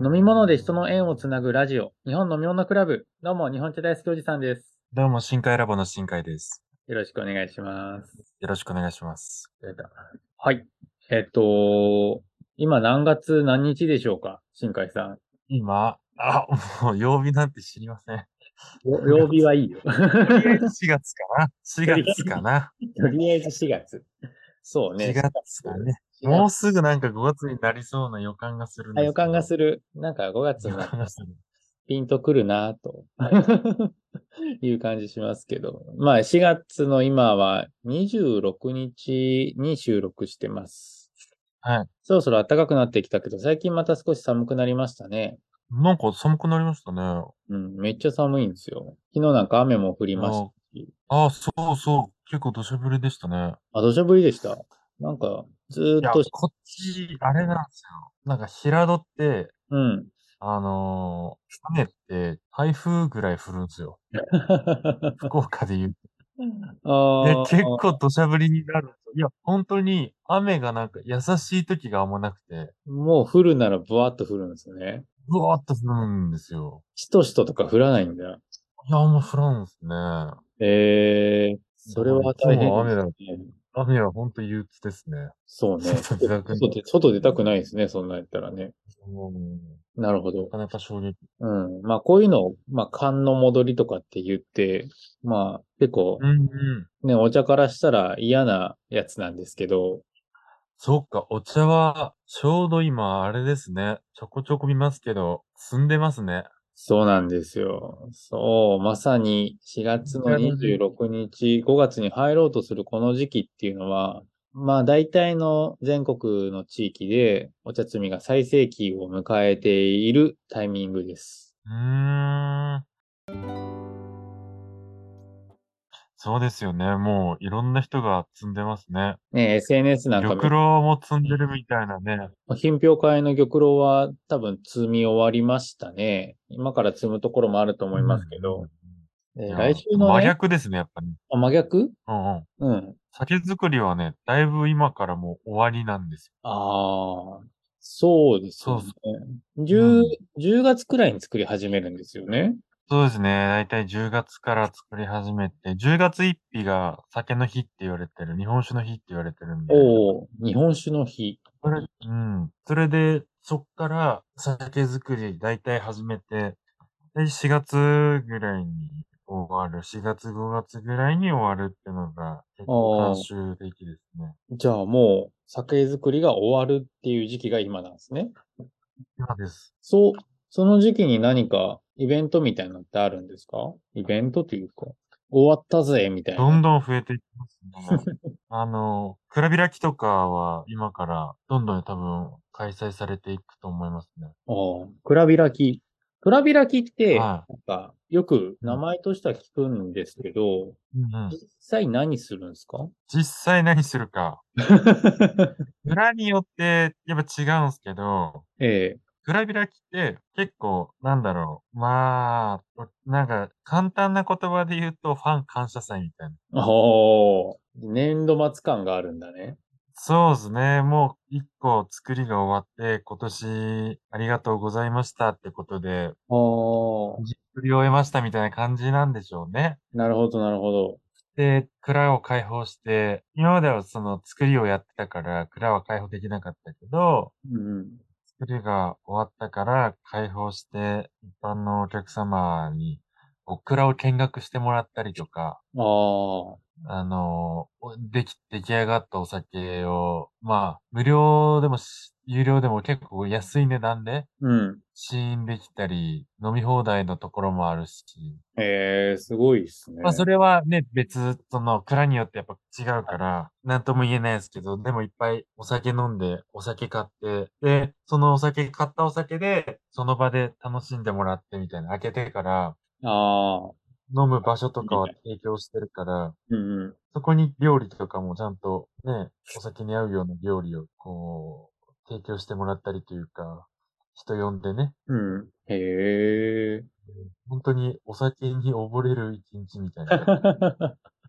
飲み物で人の縁をつなぐラジオ、日本飲み物クラブ。どうも、日本茶大好きおじさんです。 どうも、深海ラボの深海です。 よろしくお願いします。 よろしくお願いします。 はい。今何月何日でしょうか、新海さん。 今、もう曜日なんて知りません。 曜日はいいよ。 とりあえず4月かな。4 とりあ月かな。 えず、とりあえず4月。そうね、 4 4 月だね。 月。4 もう月。 すぐなんか5月になりそうな予感がするん予感がですけど。 する。なんか5月予になったら感がする。 ピンとくるなという感じしますけど。まあ4月の今は26日に収録してます。 はい。 そろそろ暖かくなってきたけど、最近また少し寒くなりましたね。 なんか寒くなりましたね。 うん、めっちゃ寒いんですよ。昨日なんか雨も降りいや、 ましたし。 そうそう。結構土砂降りでしたね。 あ、土砂降りでした。なんか、ずーいや、 っと、 こっち、あれなんですよ。なんか平戸って、 うん。 雨って台風ぐらい降るんですよ。福岡で言う。で、 あ結構あ、 土砂降りになるんですよ。いや、本当に雨がなんか優しい時があんまなくて、 もう降るならブワッと降るんですね。 ブワーっと降るんですよ。 しとしととか降らないんだ。 いや、あんま降らんですね。 それだからいつは大変ですも雨だ。 ね。 雨は本当憂鬱ですね。 そうね。 外出たくない。 外出たくないですね、そんなんやったらね。 もう、 なるほど。 なかなか衝撃。 うん。まあ、こういうのを、まあ、寒の戻りとかって言って、まあ、結構、 うんうん。 ね、お茶からしたら嫌なやつなんですけど、 そっか、お茶は、ちょうど今、あれですね。ちょこちょこ見ますけど、摘んでますね。 そうなんですよ。そう、まさに4月のいやの時 26日、5月に入ろうとするこの時期っていうのは、まあ大体の全国の地域でお茶摘みが最盛期を迎えているタイミングです。 うーん。そうですよね。もう、いろんな人が摘んでますね。 ね、SNS なんか玉露も摘んでるみたいなね。 品評会の玉露は多分摘み終わりましたね。今から摘むところもあると思いうんうんますけど、 いや、 来週の真ね、 逆ですね、やっぱり。 あ、真逆。 うんうん。 うん。 酒造りはね、だいぶ今からもう終わりなんですよ。 ああ、そうですよね。 そうそう。う 10、 ん。 10月くらいに作り始めるんですよね。 そうですね。だいたい10月から作り始めて、10月1日が酒の日って言われてる、日本酒の日って言われてるんで、 おお、日本酒の日。 それで、そっから酒造りだいたい始めて、で、4月ぐらいに終わる。4月5月ぐらいに終わるっていうのが結構慣ああ、 習的ですね。 じゃあもう酒造りが終わるっていう時期が今なんですね。 今です。 そう、その時期に何かイベントみたいなのってあるんですか？イベントというか、終わったぜ、みたいな。 どんどん増えていきますね。蔵開きとかは今からどんどん多分開催されていくと思いますね。 ああ、蔵開き。蔵開きって、 はなんか、よくい。うん。 名前としては聞くんですけど、 うんうん。 実際何するんですか？ 実際何するか。蔵によってやっぱ違うんですけど、 ええ。 蔵開きって結構なんだろう。まあ、なんか簡単な言葉で言うとファン感謝祭みたいな。 おー、年度末感があるんだね。 そうですね。もう一個作りが終わって、今年ありがとうございましたってことで、 おー、 作り終えましたみたいな感じなんでしょうね。 なるほど、なるほど。 で、蔵を開放して、今まではその作りをやってたから、蔵は開放できなかったけど、 うんうん。 作りが終わったから開放して、一般のお客様に、蔵を見学してもらったりとか、 ああ、 出来上がったお酒を、まあ、無料でも有料でも結構安い値段でうん。 試飲できたり、飲み放題のところもあるし、 すごいっすまあ、そね。 れはね、その、蔵によってやっぱ違うから、なんとも言えないですけど、でもいっぱいお酒飲んで、お酒買って、で、その買ったお酒で、その場で楽しんでもらってみたいな、開けてからああ、 飲む場所とかはみたい。 提供してるから、 うんうん。 そこに料理とかもちゃんとね、お酒に合うような料理を提供してもらったりというか、人呼んでね、 うん。へえ。 本当にお酒に溺れる一日みたいな。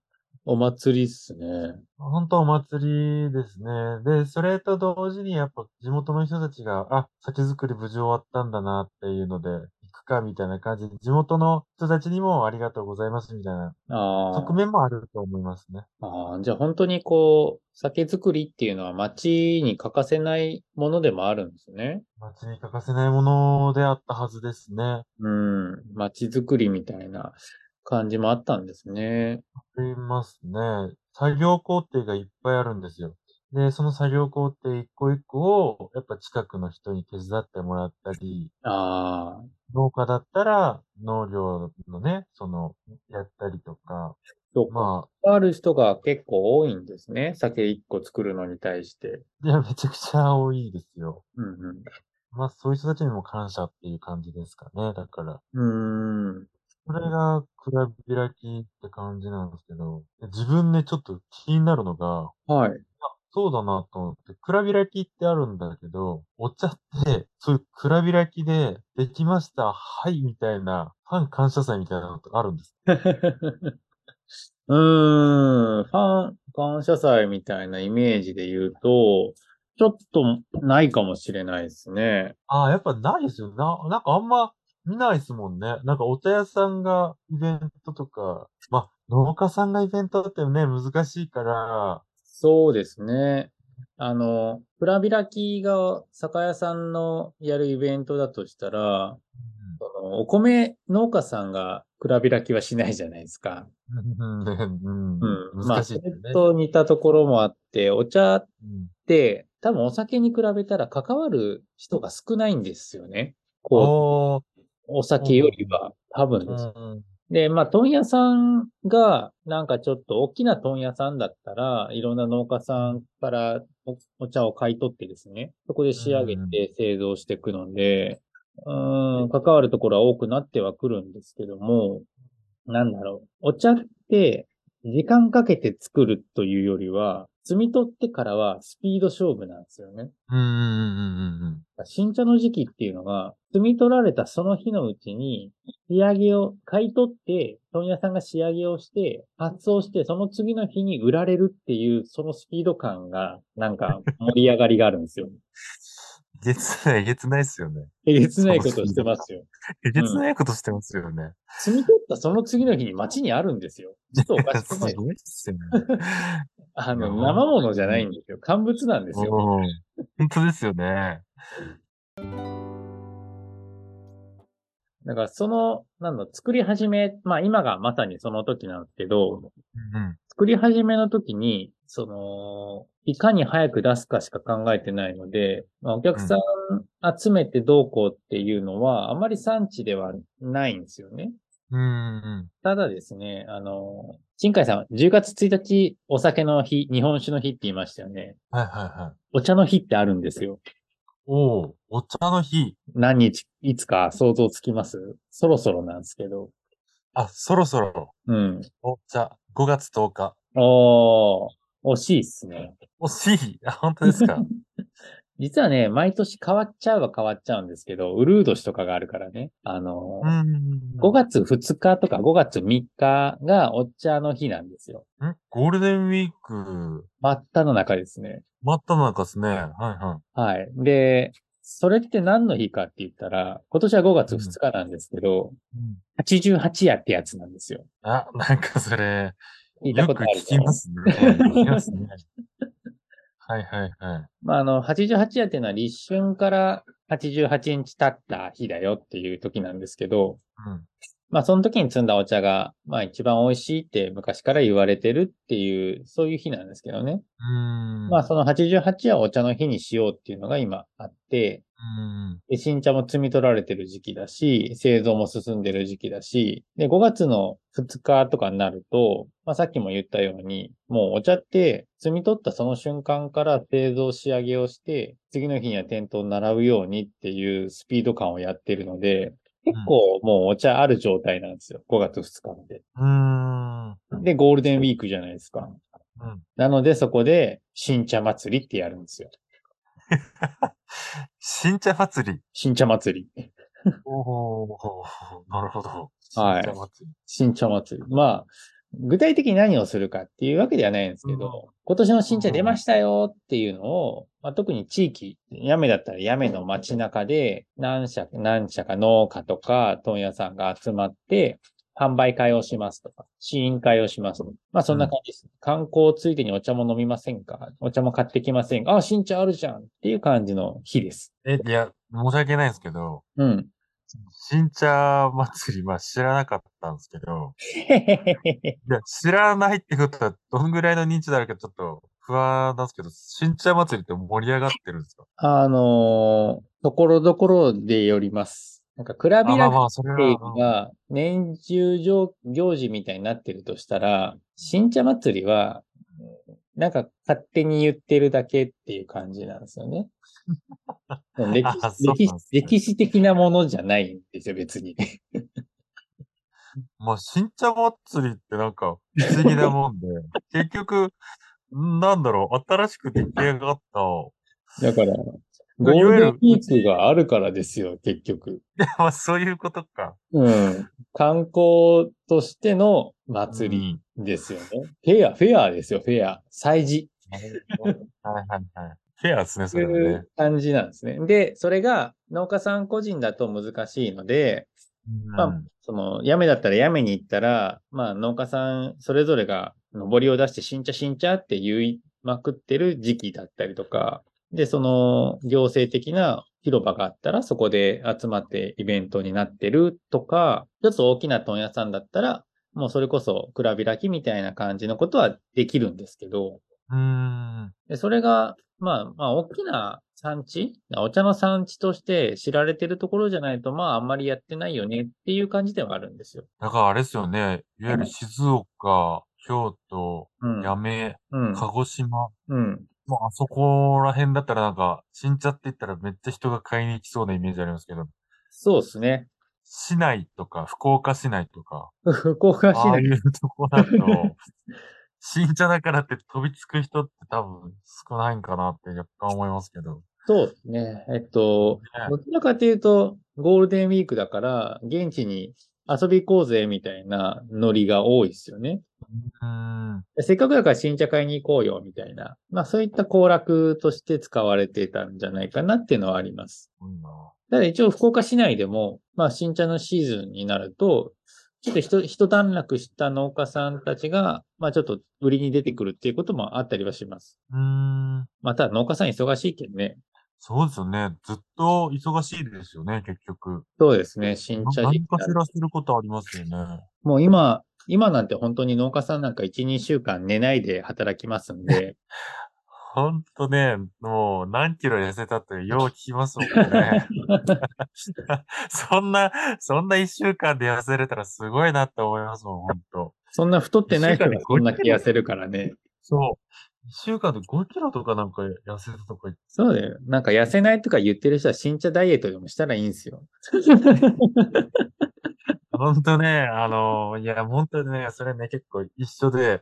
お祭りっすね。 本当お祭りですね。で、それと同時にやっぱ地元の人たちが、あ、酒造り無事終わったんだなっていうので、行くかみたいな感じで、地元の人たちにもありがとうございますみたいな側あ面もあると思いますね。 あ、じゃあ本当にこう、酒造りっていうのは町に欠かせないものでもあるんですね。 街に欠かせないものであったはずですね。 うん。町づくりみたいな感じもあったんですね。 ありますね。作業工程がいっぱいあるんですよ。で、その作業工程一個一個を、やっぱ近くの人に手伝ってもらったり、 ああ、 農家だったら農業のね、やったりとか、 そっか。 まある人が結構多いんですね。酒一個作るのに対して。 あ、いや、めちゃくちゃ多いですよ。 うんうん。 まあ、そういう人たちにも感謝っていう感じですかね。だから、 うーん。 これが蔵開きって感じなんですけど、自分ね、ちょっと気になるのが、 はい。 そうだなと思って、蔵開きってあるんだけど、お茶って、そういう蔵開きで、できました、はい、みたいな、ファン感謝祭みたいなのとかあるんです。 うーん。感謝祭みたいなイメージで言うと、ちょっとないかもしれないですね。 ああ、やっぱないですよ。なんかあんま見ないですもんね。なんかお茶屋さんがイベントとか、まあ、農家さんがイベントってね、難しいから、 そうですね。蔵開きが酒屋さんのやるイベントだとしたら、お米農家さんが蔵開きはしないじゃないですか。 うんねううん、 ん。まあ、 難しいそれですよね。 と似たところもあって、お茶っうん。 て多分お酒に比べたら関わる人が少ないんですよね。こう、 ああ、 お酒よほうほうりは多分ほう。 です。 うん、 で、まあ、問屋さんが、なんかちょっと大きな問屋さんだったら、いろんな農家さんからお茶を買い取ってですね、そこでう仕上げん、 て製造していくので、関わるところは多くなってはくるんですけども、なんだろう。お茶って、時間かけて作るというよりは、摘み取ってからはスピード勝負なんですよね。 うん、うん、うん、うん。 新茶の時期っていうのが、摘み取られたその日のうちに、仕上げを、買い取って、問屋さんが仕上げをして、発送して、その次の日に売られるっていう、そのスピード感が、なんか盛り上がりがあるんですよ。 えげつないっすよね。 えげつなそいことしのスピード。 てますよ。 えげつうん。 ないことしてますよね。 摘み取ったその次の日に街にあるんですよ。ちょっとおかしくない？ すごいっすよね。いや、 生物じゃないうん。 んですよ。乾物なんですよ。 うん。本当ですよね。 だから作り始め、まあ今がまさにその時なんですけど、 うん。 作り始めの時に、いかに早く出すかしか考えてないので、まあ、お客さんうん。 集めてどうこうっていうのは、あまり産地ではないんですよね。 うん。うん。 ただですね、新海さん、10月1日お酒の日、日本酒の日って言いましたよね。 はいはいはい。 お茶の日ってあるんですよ。 おお、お茶の日。 何日、いつか想像つきます？そろそろなんですけど。 あ、そろそろ、 うん。 お茶、5月10日。 惜しいっすね。 惜しい。あ、本当ですか。 実はね、毎年変わっちゃうは変わっちゃうんですけど、ウルー年とかがあるからね。 うん。 5月2日とか5月3日がお茶の日なんですよ。 ゴールデンウィーク、 真っ只中ですね。 真っただ中ですね。はいははい。で、それって何の日かって言ったら、今年は5 い。 月2日なんですけど、 うん。 88夜ってやつなんですよ。 あ、なんかそれ、 聞いたことよく聞あるでしょ？ きますね。聞きますね。はいはいはい。 まあ、88夜っていうのは立春から88日経った日だよっていう時なんですけど、 うん。 まあ、その時に摘んだお茶が、まあ、一番美味しいって昔から言われてるっていう、そういう日なんですけどね。 うーん。 まあ、その88夜をお茶の日にしようっていうのが今あって、 うーん。 で、新茶も摘み取られてる時期だし、製造も進んでる時期だし、で、5月の2日とかになると、まあ、さっきも言ったように、もうお茶って摘み取ったその瞬間から製造仕上げをして、次の日には店頭に並ぶようにっていうスピード感をやってるので、結うん。 構もうお茶ある状態なんですよ。5月2日まで。 うーん。 で、ゴールデンウィークじゃないですか。 うん。 なのでそこで新茶祭りってやるんですよ。 新茶祭り。 新茶祭り。 おお、なるほど。新はい。 茶祭り。 新茶祭り。まあ、 具体的に何をするかっていうわけではないんですうん。 けど、今年の新茶出うん。 ましたよっていうのを、まあ、特に地域、八女だったら八女の街中で、何社か農家とか問屋さんが集まって、販売会をしますとか、試飲会をしますとか。まあそんなうん。 感じです。観光ついでにお茶も飲みませんか？お茶も買ってきませんか？あ、新茶あるじゃんっていう感じの日です。 いや、申し訳ないんですけど、 うん。 新茶祭り、まあ知らなかったんですけど、いや、知らないってことは、どんぐらいの認知だろうかちょっと不安なんですけど、新茶祭りって盛り上がってるんですか？ ところどころでよります。なんか、蔵あ、 開きっまあまあ、それていは、 うのが、年中行事みたいになってるとしたら、新茶祭りは、なんか勝手に言ってるだけっていう感じなんですよね。 あ、そうなんですね。 歴史的なものじゃないんですよ、別に。 まあ、新茶祭りってなんか不思議なもんで、結局、なんだろう、新しく出来上がった、 だから、 いゴールデンウわゆる、 ィークがあるからですよ、結局。 まあそういうことか。 うん。観光としてのう祭ん。 りですよね。フェアですよ、フェア。祭事。 なるほど。はいはいはい。フェアですね、そいうれはね。 感じなんですね。で、それが農家さん個人だと難しいので、 うまあ、 ん。 その、八女だったら八女に行ったら、まあ、農家さんそれぞれが上りを出して新茶って言いまくってる時期だったりとか、で、その行政的な広場があったらそこで集まってイベントになってるとか、ちょっと大きな問屋さんだったら、もうそれこそ蔵開きみたいな感じのことはできるんですけど、 うーん。 で、それが、大きな産地、お茶の産地として知られてるところじゃないと、まあ、あんまりやってないよねっていう感じではあるんですよ。 だからあれですよね。いわゆる静岡、京都、 うん、 八女、 うん、 鹿児島。 うん。 もうあそこら辺だったらなんか、新茶って言ったらめっちゃ人が買いに行きそうなイメージありますけど、 そうですね。 市内とか、福岡市内とか、 福岡市内。 ああいうとこだと、新茶だからって飛びつく人って多分少ないんかなって若干思いますけど。 そうですね。 ね。 どちらかというと、ゴールデンウィークだから、現地に遊び行こうぜみたいなノリが多いですよね。 うーん。 せっかくだから新茶買いに行こうよみたいな。まあそういった行楽として使われてたんじゃないかなっていうのはあります。 すごいな。 ただ一応福岡市内でも、まあ新茶のシーズンになると、ちょっと一段落した農家さんたちが、まあちょっと売りに出てくるっていうこともあったりはします。 うーん。 まあただ農家さん忙しいけどね。 そうですよね。ずっと忙しいですよね、結局。 そうですね。新茶時期何かしになる。 らすることありますよね。 もう今なんて本当に農家さんなんか1、2週間寝ないで働きますんで。 ほんとね、もう何キロ痩せたってよう聞きますもんね。そんな、そんな一週間で痩せれたらすごいなって思いますもん、ほんと。 そんな太ってない一週間で人がそん 5キロ。 な気痩せるからね。 そう。一週間で5キロとかなんか痩せたとか言って。 そうだよ。なんか痩せないとか言ってる人は新茶ダイエットでもしたらいいんですよ。 ほんとね、いや、ほんとね、それね、結構一緒で、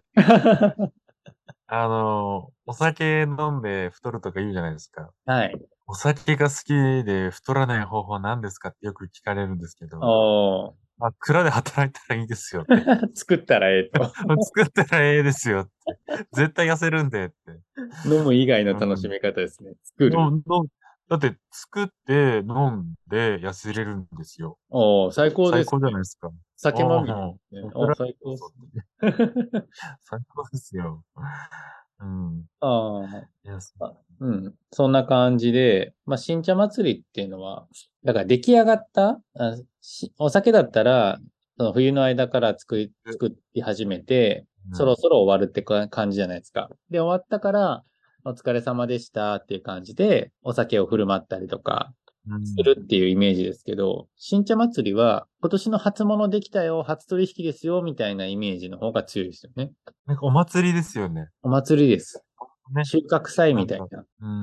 お酒飲んで太るとか言うじゃないですか。 はい。 お酒が好きで太らない方法は何ですかってよく聞かれるんですけど、 おー。 まあ、蔵で働いたらいいですよって。 作ったらええと。 作ったらええですよって。絶対痩せるんでって。 飲む以外のうん。 楽しみ方ですね。作る。 ののだって作って飲んで痩せれるんですよ。 おー、最高最高じゃですね。 ないですか。 酒まみれでおお、 すね。おー、 僕ら最高こそですね。 最高ですよ。うん。 あいや、 あ、うん。そんな感じで、まあ、新茶祭りっていうのは、だから出来上がったお酒だったら、その冬の間から作り始めて、 うん。 そろそろ終わるって感じじゃないですか。で、終わったから、お疲れ様でしたっていう感じで、お酒を振る舞ったりとか、すうん。 るっていうイメージですけど、新茶祭りは、今年の初物できたよ、初取引ですよ、みたいなイメージの方が強いですよね。 なんかお祭りですよね。 お祭りです。 ね。 収穫祭なんか、 みたいな。 うん。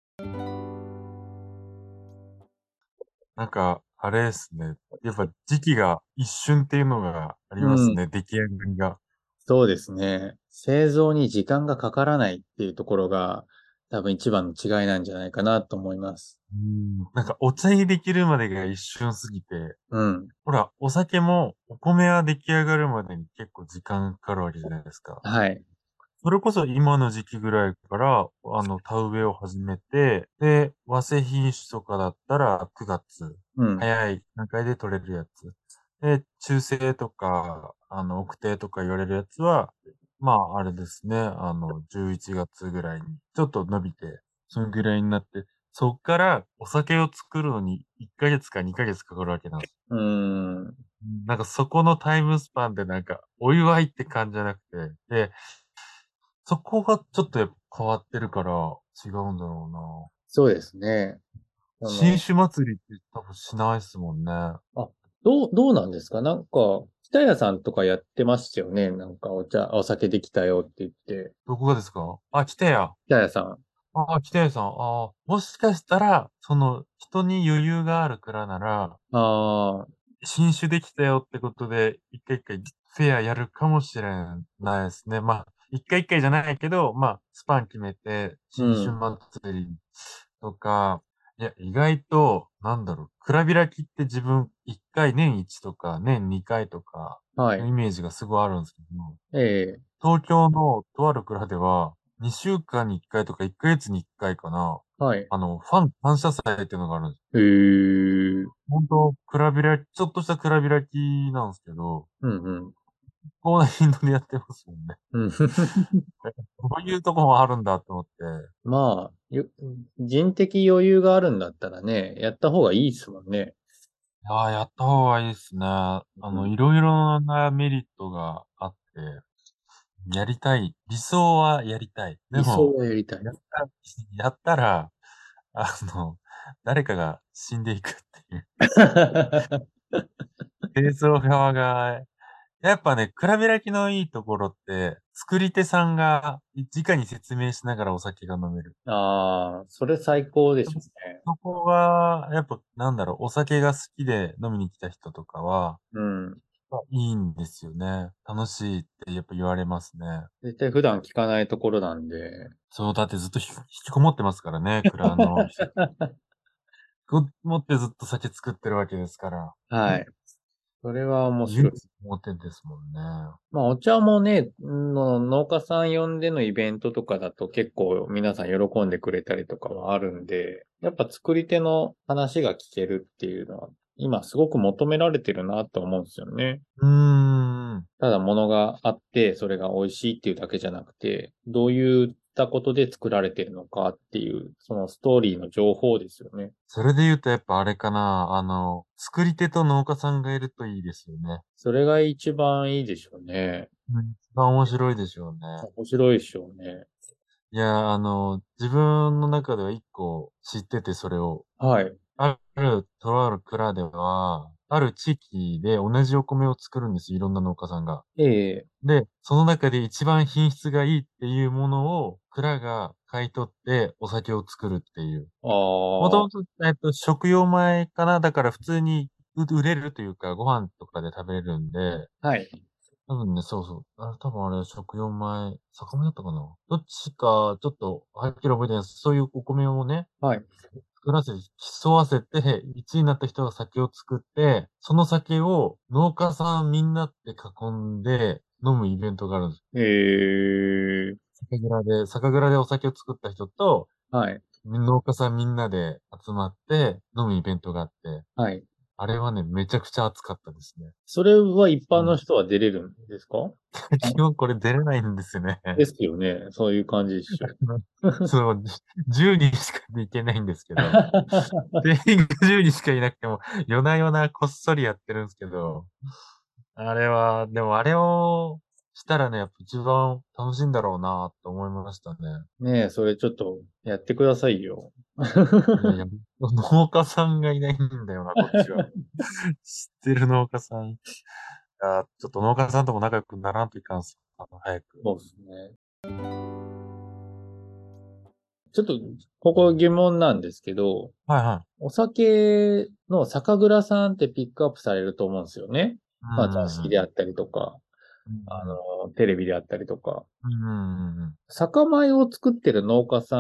なんか、あれですね。やっぱ時期が一瞬っていうのがありうん。 ますね。出来上がりが。 そうですね。製造に時間がかからないっていうところが多分一番の違いなんじゃないかなと思います。 なんかお茶にできるまでが一瞬すぎて、 うん。 ほら、お酒もお米は出来上がるまでに結構時間かかるわけじゃないですか。 はい。 それこそ今の時期ぐらいから、田植えを始めて、で、和製品種とかだったら9月、 うん。 早い段階で取れるやつ。で、中性とか、奥定とか言われるやつは、まあ、あれですね、11月ぐらいに、ちょっと伸びて、そのぐらいになって、そっからお酒を作るのに1ヶ月か2ヶ月かかるわけなんです。 うーん。 なんかそこのタイムスパンでなんか、お祝いって感じじゃなくて、で、そこがちょっとやっぱ変わってるから違うんだろうな。 そうですね。 新酒祭りって多分しないっすもんね。 あ、どうなんですか？なんか、北屋さんとかやってましたよね。なんかお酒できたよって言って。 どこがですか？あ、来てや。 北屋さん。 あ、来てやさん。あ、もしかしたら、その、人に余裕がある蔵なら、 ああ、 新酒できたよってことで、一回一回フェアやるかもしれないですね。まあ、一回一回じゃないけど、まあ、スパン決めて、 う新酒ん。 祭りとか、いや、意外と、なんだろう、蔵開きって自分、一回年一とか、年二回とか、 はい。 のイメージがすごいあるんですけども、 ええ、 東京のとある蔵では、2週間に1回とか1ヶ月に1回かな、 はい。 ファン感謝祭っていうのがあるんです。 へえ、 本当蔵開き、ちょっとした蔵開きなんですけど、 うんうん。 こうな頻度でやってますもんね。 うん。 こういうとこもあるんだと思って。 まあ、人的余裕があるんだったらね、やった方がいいですもんね。 いやー、やった方がいいですね。 うん。 いろいろなメリットがあって、やりたい。理想はやりたい。で理想も、 はやりたい。 やったら、あの、誰かが死んでいくっていう。清掃側が、やっぱね、蔵開きのいいところって、作り手さんが直に説明しながらお酒が飲める。 ああ、それ最高でしょうね。 そこが、やっぱ、なんだろう、お酒が好きで飲みに来た人とかは、 うん。 いいんですよね。楽しいってやっぱ言われますね。 絶対普段聞かないところなんで。 そう、だってずっと引きこもってますからね、蔵の人。引きこもってずっと酒作ってるわけですから。 はい。それは面白い。 唯一表ですもんね。 まあ、お茶もね、農家さん呼んでのイベントとかだと結構皆さん喜んでくれたりとかはあるんで、やっぱ作り手の話が聞けるっていうのは、今すごく求められてるなと思うんですよね。 うーん。 ただ物があって、それが美味しいっていうだけじゃなくて、どういったことで作られてるのかっていう、そのストーリーの情報ですよね。 それで言うとやっぱあれかな。作り手と農家さんがいるといいですよね。 それが一番いいでしょうね。 うん。一番面白いでしょうね。 面白いでしょうね。 いや、自分の中では一個知っててそれを。 はい。 とある蔵では、ある地域で同じお米を作るんです。いろんな農家さんが。 ええ、 で、その中で一番品質がいいっていうものを、蔵が買い取ってお酒を作るっていう。 ああ、 もともと、食用米かな。だから普通に売れるというか、ご飯とかで食べれるんで、 はい。 多分ね、そうそう。多分あれ、食用米、酒米だったかな。どっちか、ちょっと、はっきり覚えてないです。そういうお米をね、 はい。 作らせて、競わせて、1位になった人が酒を作って、その酒を農家さんみんなで囲んで飲むイベントがあるんです。 ええ、 酒蔵でお酒を作った人と、 はい。 農家さんみんなで集まって飲むイベントがあって、 はい。 あれはね、めちゃくちゃ熱かったですね。 それは一般うん。 の人は出れるんですか？ 基本これ出れないんですよね。 ですよね。そういう感じでしょ。 そう、10人しかいけないんですけど、全員が10人しかいなくても、夜な夜なこっそりやってるんですけど、あれは、でもあれをしたらね、やっぱ一番楽しいんだろうなと思いましたね。 ねえ、それちょっとやってくださいよ。 いやいや、農家さんがいないんだよな、こっちは。知ってる農家さん。ちょっと農家さんとも仲良くならんといかんす。早く。 そうですね。ちょっと、ここ疑問なんですけど、 はいはい。 お酒の酒蔵さんってピックアップされると思うんですよね。 うまあ雑んうんうん。 誌であったりとか、 うんテレビであったりとか。 うんうんうんうん。 酒米を作ってる農家さん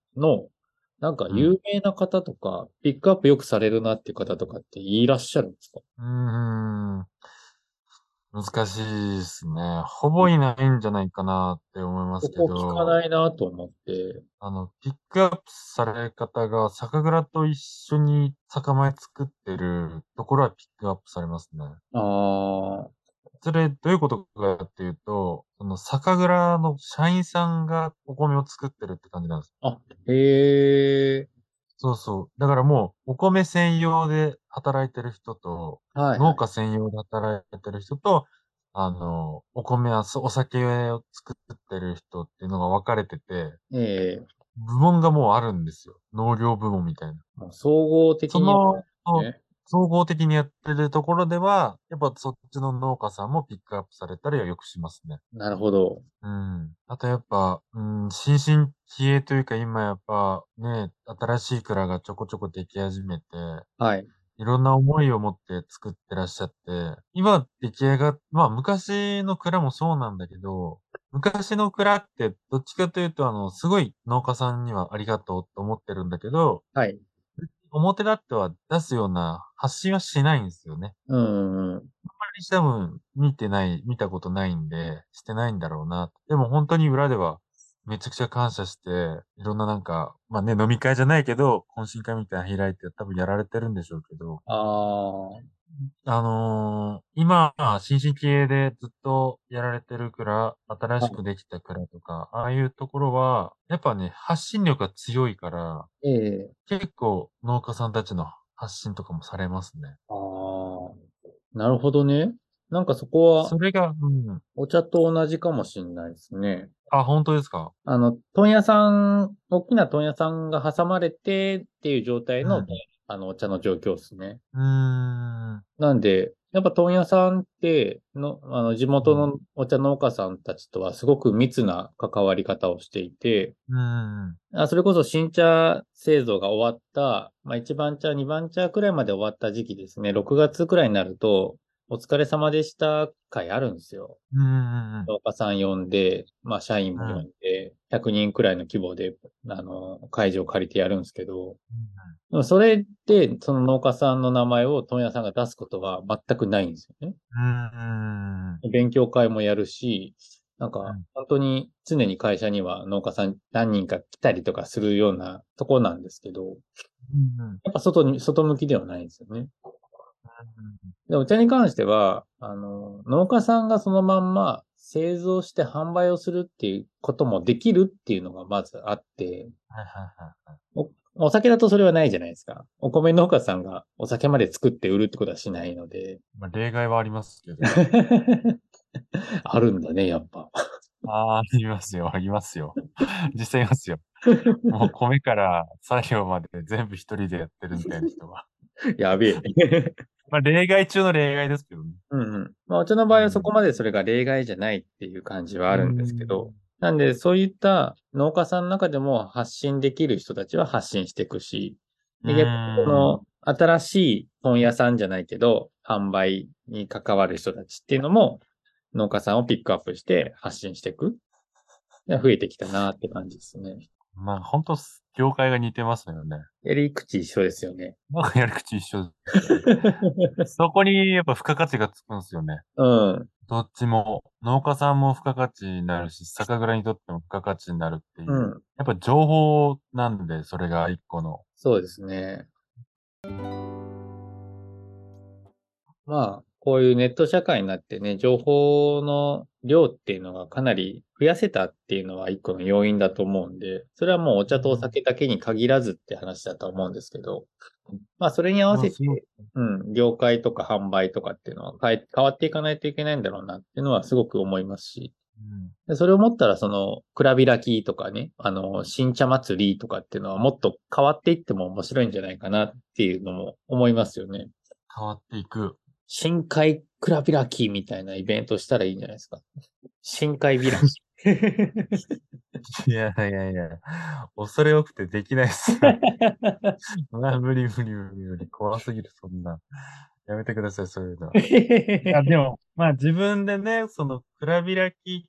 の、なんかうん。 有名な方とか、ピックアップよくされるなっていう方とかっていらっしゃるんですか？ うーん。難しいですね。ほぼいないんじゃないかなって思いますけここ聞かど、 ないなと思って。 ピックアップされ方が酒蔵と一緒に酒米作ってるところはピックアップされますね。 あそれ、どういうことかっていうと、その酒蔵の社員さんがお米を作ってるって感じなんです。 あ、あ、へえ、 そうそう。だからもう、お米専用で働いてる人と、 はいはい。 農家専用で働いてる人と、お米はお酒を作ってる人っていうのが分かれてて、 ええ、 部門がもうあるんですよ。農業部門みたいな。 もう総合的にやるんでその、 すね。 総合的にやってるところでは、やっぱそっちの農家さんもピックアップされたりはよくしますね。 なるほど。 うん。あとやっぱ、新進気鋭というか今やっぱね、新しい蔵がちょこちょこでき始めて、 はい。 いろんな思いを持って作ってらっしゃって、今出来上がっ、まあ昔の蔵もそうなんだけど、昔の蔵ってどっちかというとすごい農家さんにはありがとうと思ってるんだけど、 はい。 表立っては出すような発信はしないんですよね。 うん、うん。 あんまり多分見たことないんで、してないんだろうな。でも本当に裏ではめちゃくちゃ感謝して、いろんななんか、まあね、飲み会じゃないけど、懇親会みたいなの開いて多分やられてるんでしょうけど、 ああ、 今、新進気鋭でずっとやられてる蔵、新はい。 しくできた蔵とか、ああいうところは、やっぱね、発信力が強いから、 ええ、 結構農家さんたちの発信とかもされますね。 ああ、なるほどね。なんかそこは、 それが、うん。 お茶と同じかもしれないですね。 あ、本当ですか？ 問屋さん、大きな問屋さんが挟まれてっていう状態の、 うん。 お茶の状況ですね。 うーん。うん。 なんで、やっぱ問屋さんって、地元のお茶農家さんたちとはすごく密な関わり方をしていて、 うん。 それこそ新茶製造が終わった、まあ1番茶、2番茶くらいまで終わった時期ですね。6月くらいになると、お疲れ様でした会あるんですよ。 うん。うん。 農家さん呼んで、まあ社員も呼うん。 んで、100人くらいの規模で、会場を借りてやるんですけど、でもそれで、その農家さんの名前を問屋さんが出すことは全くないんですよね。 うん。うん。 勉強会もやるし、なんか、 うん。 本当に常に会社には農家さん何人か来たりとかするようなとこなんですけど、 うん。 やっぱ外向きではないんですよね。で、お茶に関しては、農家さんがそのまんま製造して販売をするっていうこともできるっていうのがまずあって、 はいはいはいはい。 お酒だとそれはないじゃないですか。お米農家さんがお酒まで作って売るってことはしないので。 まあ、例外はありますけど。 あるんだね、やっぱ。 ああ、ありますよ、ありますよ。実際いますよ。もう米から作業まで全部一人でやってるみたいな人が。 やべえ。 まあ、例外中の例外ですけどね。 うんうん。まあ、お茶の場合はそうん。 こまでそれが例外じゃないっていう感じはうあるんですけど、 ん。 なんでそういった農家さんの中でも発信できる人たちは発信していくし、 うで、逆にこん。 の新しい本屋さんじゃないけど、販売に関わる人たちっていうのも農家さんをピックアップして発信していく。増えてきたなって感じですね。 まあ、本当業界が似てますよね。 やり口一緒ですよね。 なんかやり口一緒ですよね。そこにやっぱ付加価値がつくんですよね。 うん。 どっちも、農家さんも付加価値になるし、酒蔵にとっても付加価値になるっていう。 うん。 やっぱ情報なんで、それが一個の。 そうですね。まあ、こういうネット社会になってね、情報の量っていうのがかなり増やせたっていうのは一個の要因だと思うんで、それはもうお茶とおうん。 酒だけに限らずって話だと思うんですけど、まあそれに合わまあ、 せて、うん、業界とか販売とかっていうのは変わっていかないといけないんだろうなっていうのはすごく思いますし、 うん。 でそれを思ったらその、蔵開きとかね、新茶祭りとかっていうのはもっと変わっていっても面白いんじゃないかなっていうのも思いますよね。 変わっていく。 深海蔵開きみたいなイベントしたらいいんじゃないですか。深海開き。 いやいやいや、恐れ多くてできないっすよ。まあ、無理無理無理無理。怖すぎる、そんな。やめてください、そういうのは。いや、でも、まあ自分でね、その、蔵開き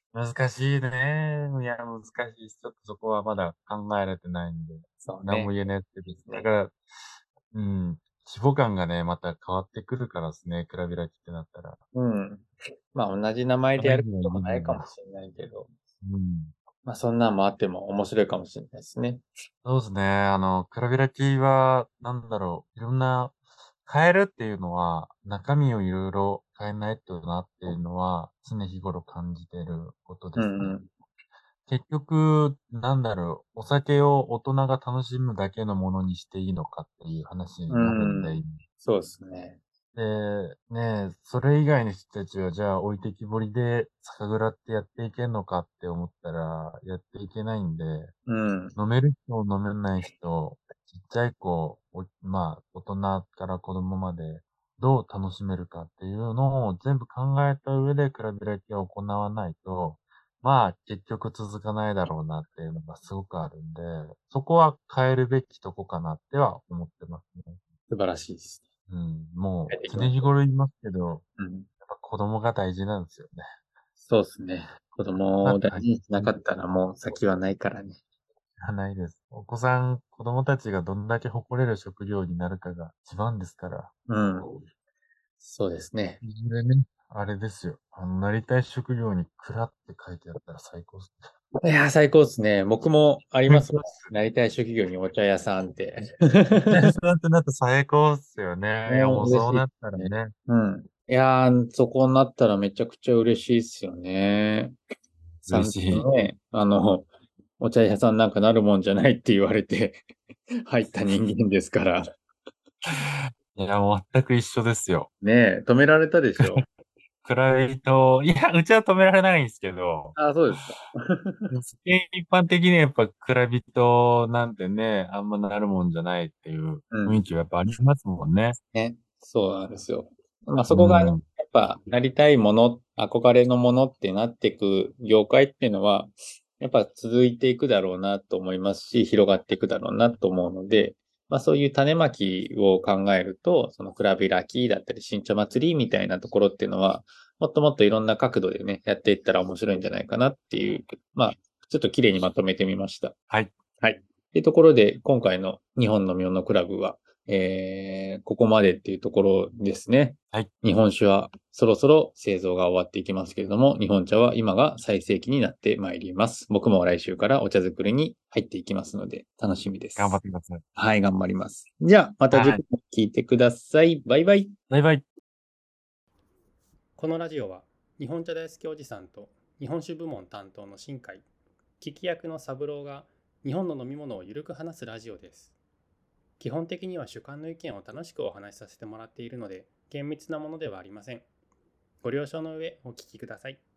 難しいね。いや、難しい。ちょっとそこはまだ考えられてないんで、 そうね。 何も言えないってです。だから、うん、規模感がね、また変わってくるからですね、クラビラキってなったら。 うん。まあ同じ名前でやるこあれ以上ともないか言えない。 もしれないけど、 うん。 まあそんなんもあっても面白いかもしれないですね。 そうですね。クラビラキは、なんだろう、いろんな、変えるっていうのは、中身をいろいろ変えないとなっていうのは、常日頃感じてることですね。 うんうん。 結局、なんだろう、お酒を大人が楽しむだけのものにしていいのかっていう話うになるんで、 ん。そうですね。 で、ねえ、それ以外の人たちはじゃあ置いてきぼりで酒蔵ってやっていけんのかって思ったら、やっていけないんで、 うん。 飲める人、飲めない人、ちっちゃい子、まあ、大人から子供まで、どう楽しめるかっていうのを全部考えた上で比べる気を行わないと、まあ、結局続かないだろうなっていうのがすごくあるんで、そこは変えるべきとこかなっては思ってますね。 素晴らしいですね。 うん、もう、常やっていきましょ日頃言いますけど、 う。うん。 やっぱ子供が大事なんですよね。 そうですね。子供まあ、 を大大事にしなか事ったらもう先はないからね。 じゃないです。お子さん、子供たちがどんだけ誇れる職業になるかが一番ですから。 うん。そうですね。 いずれね、あれですよ。なりたい職業に蔵って書いてあったら最高っすいやー、最高ですね。僕もありね。 ますもん。 最高っす。 なりたい職業にお茶屋さんって。 お茶屋さんってなったら最高っすよね。いや、もう嬉しいでそうなったすね。 らね。 うん。いやー、そこになったらめちゃくちゃ嬉しいですよね。散嬉しい。 々ね、お茶屋さんなんかなるもんじゃないって言われて入った人間ですから。 いや、もう全く一緒ですよ。 ねえ、止められたでしょ。 蔵人、いや、うちは止められないんですけど、 あ、そうですか。 世間一般的にはやっぱ蔵人なんてね、あんまなるもんじゃないっていううん。 雰囲気はやっぱありますもんね。 ね。そうなんですよ。まあそこがね、 うん。 やっぱなりたいもの、憧れのものってなっていく業界っていうのは、やっぱ続いていくだろうなと思いますし、広がっていくだろうなと思うので、まあそういう種まきを考えると、そのクラビラキだったり新茶祭りみたいなところっていうのは、もっともっといろんな角度でね、やっていったら面白いんじゃないかなっていう、まあ、ちょっと綺麗にまとめてみました。 はい。 はい。というところで、今回の日本のミョンのクラブは、ここまでっていうところですね。 はい。 日本酒はそろそろ製造が終わっていきますけれども、日本茶は今が最盛期になってまいります。僕も来週からお茶作りに入っていきますので、楽しみで頑張っす。 てください。 はい、頑張ります。じゃあ、また次はい。 回も聞いてください。バイバイ。 バイバイ。 このラジオは日本茶大好きおじさんと日本酒部門担当の新海、聞き役の三郎が日本の飲み物をゆるく話すラジオです。基本的には主観の意見を楽しくお話しさせてもらっているので厳密なものではありません。ご了承の上お聞きください。